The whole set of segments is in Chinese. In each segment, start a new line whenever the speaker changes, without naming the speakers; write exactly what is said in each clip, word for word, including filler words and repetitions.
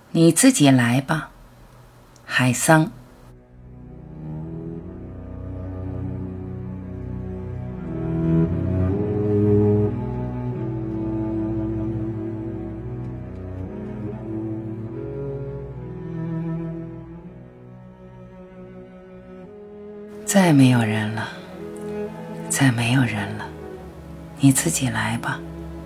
你自己来吧，海桑。再没有人了，再没有人了，你自己来吧。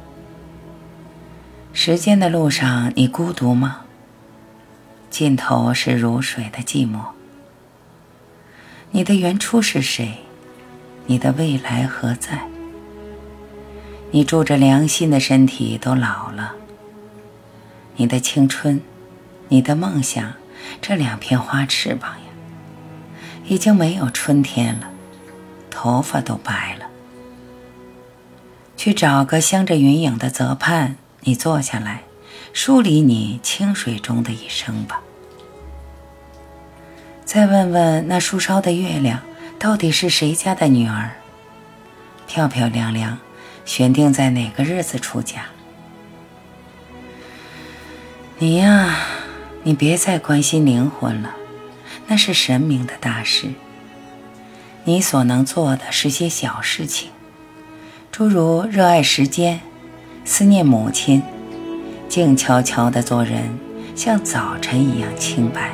时间的路上，你孤独吗？尽头是如水的寂寞。你的原初是谁？你的未来何在？你住着良心的身体都老了。你的青春，你的梦想，这两片花翅膀呀，已经没有春天了，头发都白了。去找个镶着云影的泽畔，你坐下来，梳理你清水中的一生吧。再问问那树梢的月亮，到底是谁家的女儿？漂漂亮亮，选定在哪个日子出嫁？你呀，你别再关心灵魂了，那是神明的大事。你所能做的是些小事情，诸如热爱时间，思念母亲，静悄悄地做人，像早晨一样清白。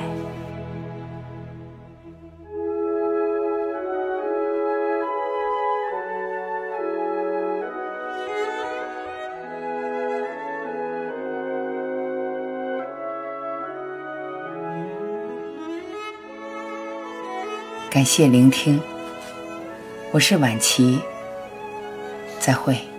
感谢聆听，我是婉琪，再会。